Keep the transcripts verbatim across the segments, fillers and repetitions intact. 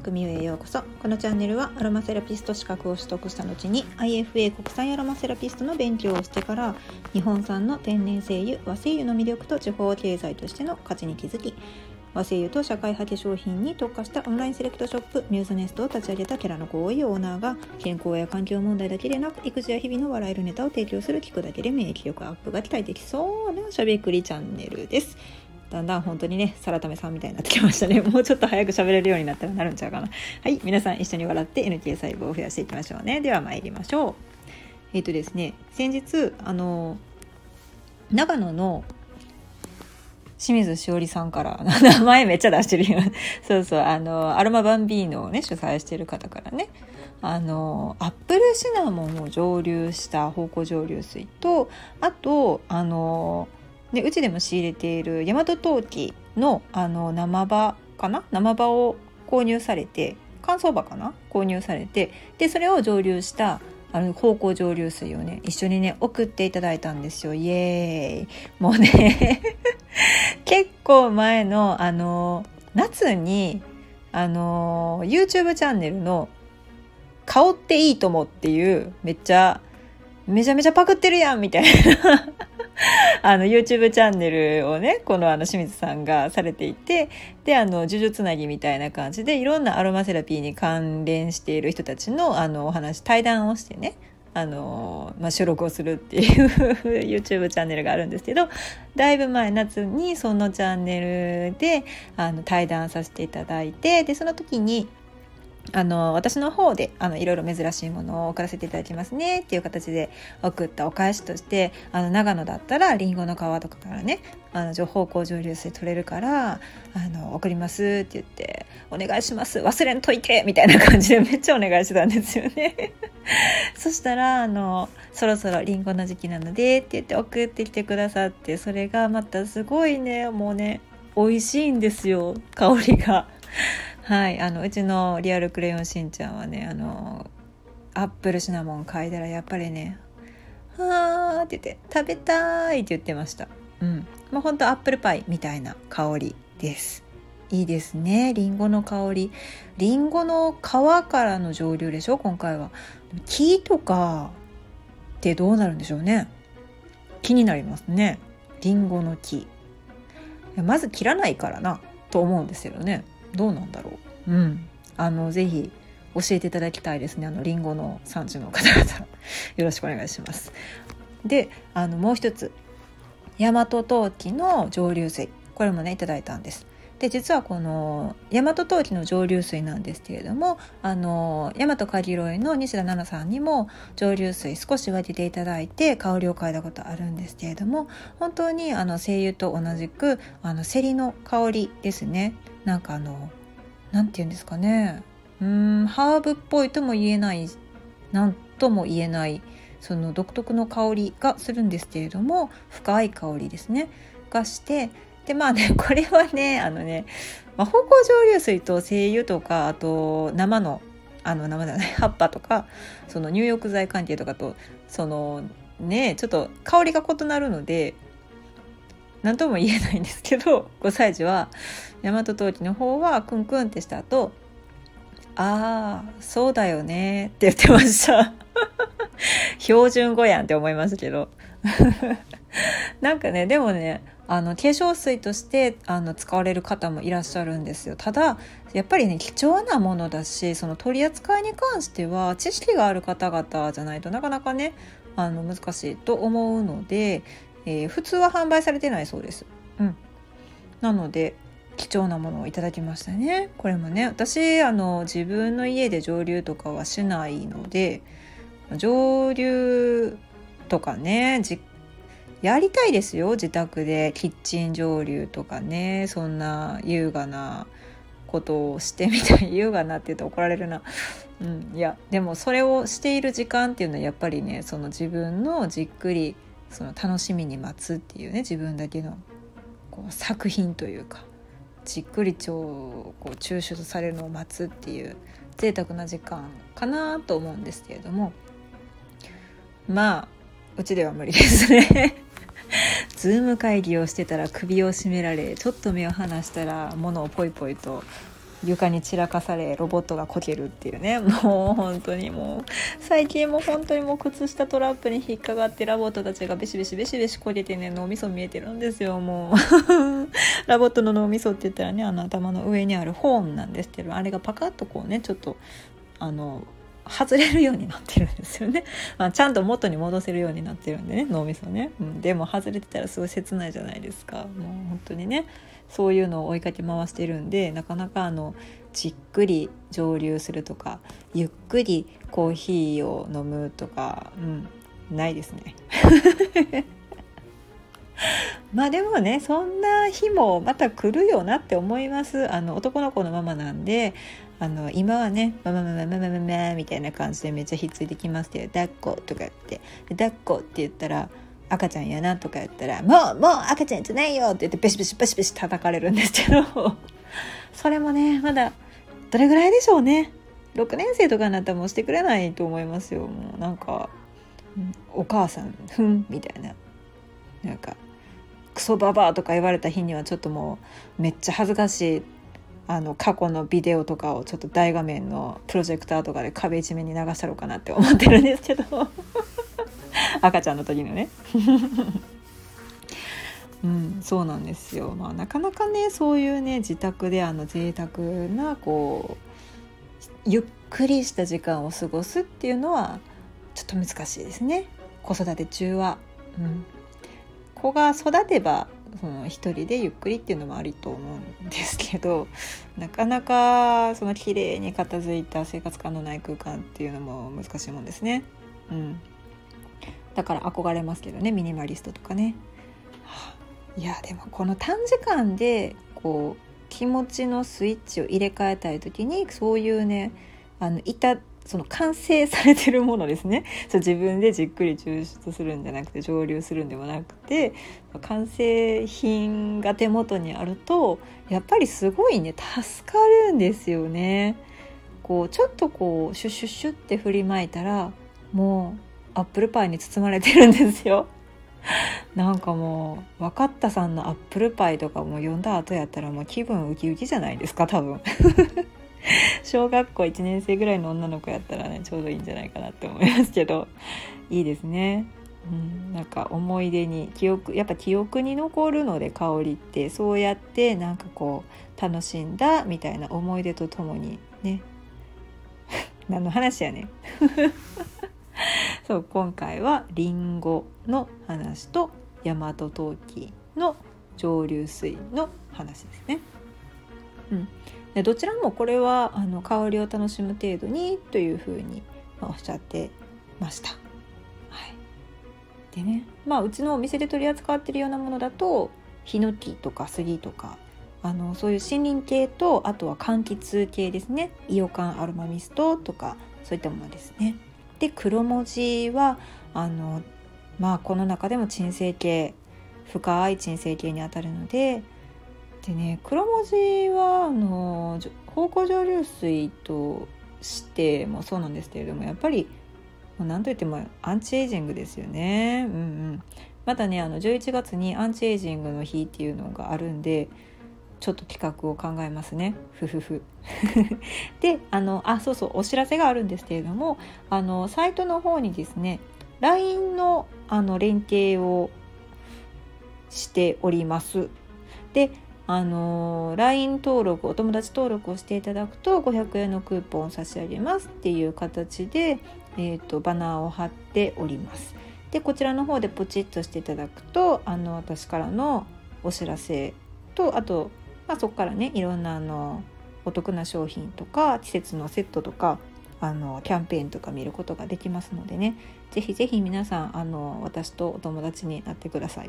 組へようこそ。このチャンネルはアロマセラピスト資格を取得した後に アイエフエー 国際アロマセラピストの勉強をしてから日本産の天然精油和精油の魅力と地方経済としての価値に気づき、和精油と社会派化粧品に特化したオンラインセレクトショップミューズネストを立ち上げたキャラの行為オーナーが、健康や環境問題だけでなく育児や日々の笑えるネタを提供する、聞くだけで免疫力アップが期待できそうなしゃべくりチャンネルです。だんだん本当にね、サラタメさんみたいになってきましたね。もうちょっと早く喋れるようになったらなるんちゃうかな。はい、皆さん一緒に笑って エヌケー 細胞を増やしていきましょうね。では参りましょう。えっとですね、先日あの長野の清水しおりさんから名前めっちゃ出してるよそうそう、あのアロマバンビーノをね主催してる方からね、あのアップルシナモンを蒸留した芳香蒸留水と、あとあのでうちでも仕入れている大和陶器 の, あの生葉かな生葉を購入されて、乾燥葉かな購入されて、でそれを蒸留したあの芳香蒸留水をね一緒にね送っていただいたんですよ。イエーイ。もうね結構前のあの夏にあの YouTube チャンネルの香っていいともっていうめっちゃめちゃめちゃパクってるやんみたいなあの YouTube チャンネルをねこのあの清水さんがされていて、であの呪術つなぎみたいな感じでいろんなアロマセラピーに関連している人たちのあのお話対談をしてね、あの、まあ、収録をするっていう YouTube チャンネルがあるんですけど、だいぶ前夏にそのチャンネルであの対談させていただいて、でその時にあの私の方であのいろいろ珍しいものを送らせていただきますねっていう形で送ったお返しとして、あの長野だったらリンゴの皮とかからねあの芳香蒸留水取れるからあの送りますって言って、お願いします忘れんといてみたいな感じでめっちゃお願いしてたんですよねそしたらあのそろそろリンゴの時期なのでって言って送ってきてくださって、それがまたすごいねもうね美味しいんですよ、香りがはい、あのうちのリアルクレヨンしんちゃんはね、あのアップルシナモン嗅いだらやっぱりねはーって言って食べたいって言ってました。うん、もうほんとアップルパイみたいな香りです。いいですね、リンゴの香り。リンゴの皮からの蒸留でしょ今回は。木とかってどうなるんでしょうね。気になりますね。リンゴの木、まず切らないからなと思うんですけどね、どうなんだろう。うん、あのぜひ教えていただきたいですね、あのリンゴの産地の方々よろしくお願いします。で、あのもう一つ大和陶器の蒸留水、これもねいただいたんです。で実はこの大和陶器の蒸留水なんですけれども、あの大和かぎろいの西田奈々さんにも蒸留水少し分けていただいて香りを嗅いだことあるんですけれども、本当にあの精油と同じくあのセリの香りですね。なんかあのなんていうんですかね、うーんハーブっぽいとも言えない、なんとも言えないその独特の香りがするんですけれども、深い香りですねがして、でまあねこれはねあのね、まあ、芳香蒸留水と精油とか、あと生のあの生じゃない葉っぱとかその入浴剤関係とかとそのねちょっと香りが異なるので何とも言えないんですけど、ご歳児は大和陶器の方はクンクンってした後、あーそうだよねって言ってました標準語やんって思いましたけどなんかねでもねあの化粧水としてあの使われる方もいらっしゃるんですよ。ただやっぱりね貴重なものだし、その取り扱いに関しては知識がある方々じゃないとなかなかねあの難しいと思うので、えー、普通は販売されてないそうです。うん、なので貴重なものをいただきましたね。これもね私あの自分の家で蒸留とかはしないので、蒸留とかねじやりたいですよ、自宅でキッチン蒸留とかね、そんな優雅なことをしてみたい優雅なって言うと怒られるな、うん、いやでもそれをしている時間っていうのはやっぱりねその自分のじっくりその楽しみに待つっていうね、自分だけのこう作品というかじっくりこう抽出されるのを待つっていう贅沢な時間かなと思うんですけれども、まあうちでは無理ですねズーム会議をしてたら首を絞められ、ちょっと目を離したら物をポイポイと床に散らかされロボットがこけるっていうね、もう本当にもう最近も本当にもう靴下トラップに引っかかってラボットたちがベシベシベシベシこけてね、脳みそ見えてるんですよ。もうラボットの脳みそって言ったらね、あの頭の上にあるホーンなんですけど、あれがパカッとこうねちょっとあの外れるようになってるんですよね、まあ、ちゃんと元に戻せるようになってるんでね、脳みそね、うん、でも外れてたらすごい切ないじゃないですか。もう本当にねそういうのを追いかけ回してるんで、なかなかあのじっくり蒸留するとかゆっくりコーヒーを飲むとか、うん、ないですねまあでもね、そんな日もまた来るよなって思います。あの男の子のママなんで、あの今はねママママママママみたいな感じでめっちゃひっついてきますけど、抱っことか言って抱っこって言ったら赤ちゃんやなとか言ったら、もうもう赤ちゃんじゃないよって言ってペシペシペシペシ叩かれるんですけどそれもねまだどれぐらいでしょうね。ろくねん生とかになったらもうしてくれないと思いますよ。もうなんかお母さんふんみたいな、なんかクソババアとか言われた日にはちょっともうめっちゃ恥ずかしいあの過去のビデオとかをちょっと大画面のプロジェクターとかで壁一面に流したろうかなって思ってるんですけど赤ちゃんの時のねうん、そうなんですよ。まあ、なかなかねそういうね自宅であの贅沢なこうゆっくりした時間を過ごすっていうのはちょっと難しいですね、子育て中は。うん、子が育てばその一人でゆっくりっていうのもありと思うんですけど、なかなかその綺麗に片付いた生活感のない空間っていうのも難しいもんですね。うん、だから憧れますけどね、ミニマリストとかね。はあ、いやでもこの短時間でこう気持ちのスイッチを入れ替えたい時に、そういうねあのいたその完成されてるものですね、そう自分でじっくり抽出するんじゃなくて蒸留するんでもなくて、完成品が手元にあるとやっぱりすごいね助かるんですよね。こうちょっとこうシュッシュッシュッって振りまいたらもうアップルパイに包まれてるんですよ。なんかもう若ったさんのアップルパイとかも読んだ後やったらもう気分ウキウキじゃないですか多分小学校いちねん生ぐらいの女の子やったらねちょうどいいんじゃないかなって思いますけど、いいですね。うん、なんか思い出に記憶やっぱ記憶に残るので、香りってそうやってなんかこう楽しんだみたいな思い出とともにね何の話やねんそう今回はリンゴの話と大和陶器の蒸留水の話ですね。うん、でどちらもこれはあの香りを楽しむ程度にというふうにおっしゃってました。はい、でね、まあうちのお店で取り扱っているようなものだとヒノキとか杉とかあのそういう森林系と、あとは柑橘系ですね、イオカンアロマミストとかそういったものですね。で黒文字はあの、まあ、この中でも鎮静系、深い鎮静系にあたるので、でね黒文字はあの芳香蒸留水としてもそうなんですけれども、やっぱり何といってもアンチエイジングですよね。うんうん、またねあのじゅういちがつにアンチエイジングの日っていうのがあるんで、ちょっと企画を考えますね。ふふふであのあそうそうお知らせがあるんですけれども、あのサイトの方にですね ライン の, あの連携をしております。であの ライン 登録お友達登録をしていただくとごひゃくえんのクーポンを差し上げますっていう形で、えーと、バナーを貼っております。でこちらの方でポチッとしていただくとあの私からのお知らせと、あとまあ、そこからねいろんなあのお得な商品とか季節のセットとかあのキャンペーンとか見ることができますのでね、ぜひぜひ皆さんあの私とお友達になってください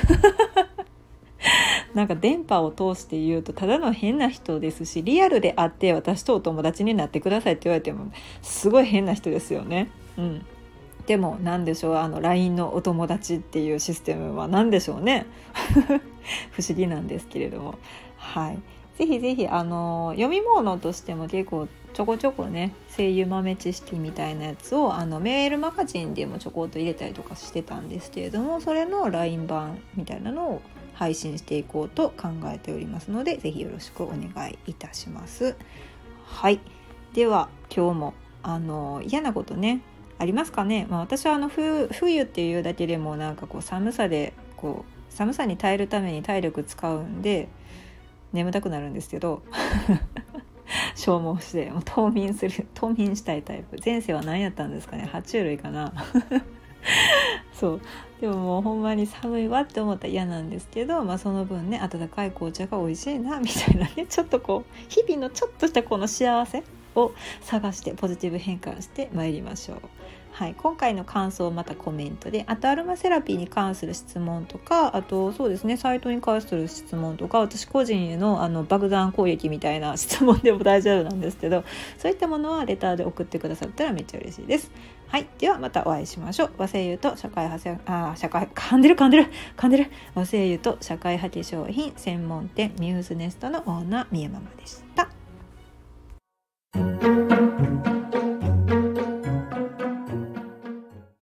なんか電波を通して言うとただの変な人ですし、リアルで会って私とお友達になってくださいって言われてもすごい変な人ですよね。うん、でも何でしょう、あの ライン のお友達っていうシステムは何でしょうね不思議なんですけれども、はい、ぜひぜひあの読み物としても結構ちょこちょこね声優豆知識みたいなやつをあのメールマガジンでもちょこっと入れたりとかしてたんですけれども、それの ライン 版みたいなのを配信していこうと考えておりますので、ぜひよろしくお願いいたします。はい、では今日もあの嫌なことねありますかね。まあ、私はあの 冬, 冬っていうだけでもなんかこう寒さでこう寒さに耐えるために体力使うんで眠たくなるんですけど消耗してもう冬眠する冬眠したいタイプ。前世は何やったんですかね、爬虫類かなそうでももうほんまに寒いわって思ったら嫌なんですけど、まあ、その分ね温かい紅茶が美味しいなみたいなね、ちょっとこう日々のちょっとしたこの幸せを探してポジティブ変換してまいりましょう。はい、今回の感想をまたコメントで、あとアロマセラピーに関する質問とか、あとそうですねサイトに関する質問とか、私個人へのあの爆弾攻撃みたいな質問でも大丈夫なんですけど、そういったものはレターで送ってくださったらめっちゃ嬉しいです。はい、ではまたお会いしましょう。和製油と社会派あ社会噛んでる噛んでる噛んでる和製油と社会派化粧品専門店ミューズネストのオーナー宮ママでした。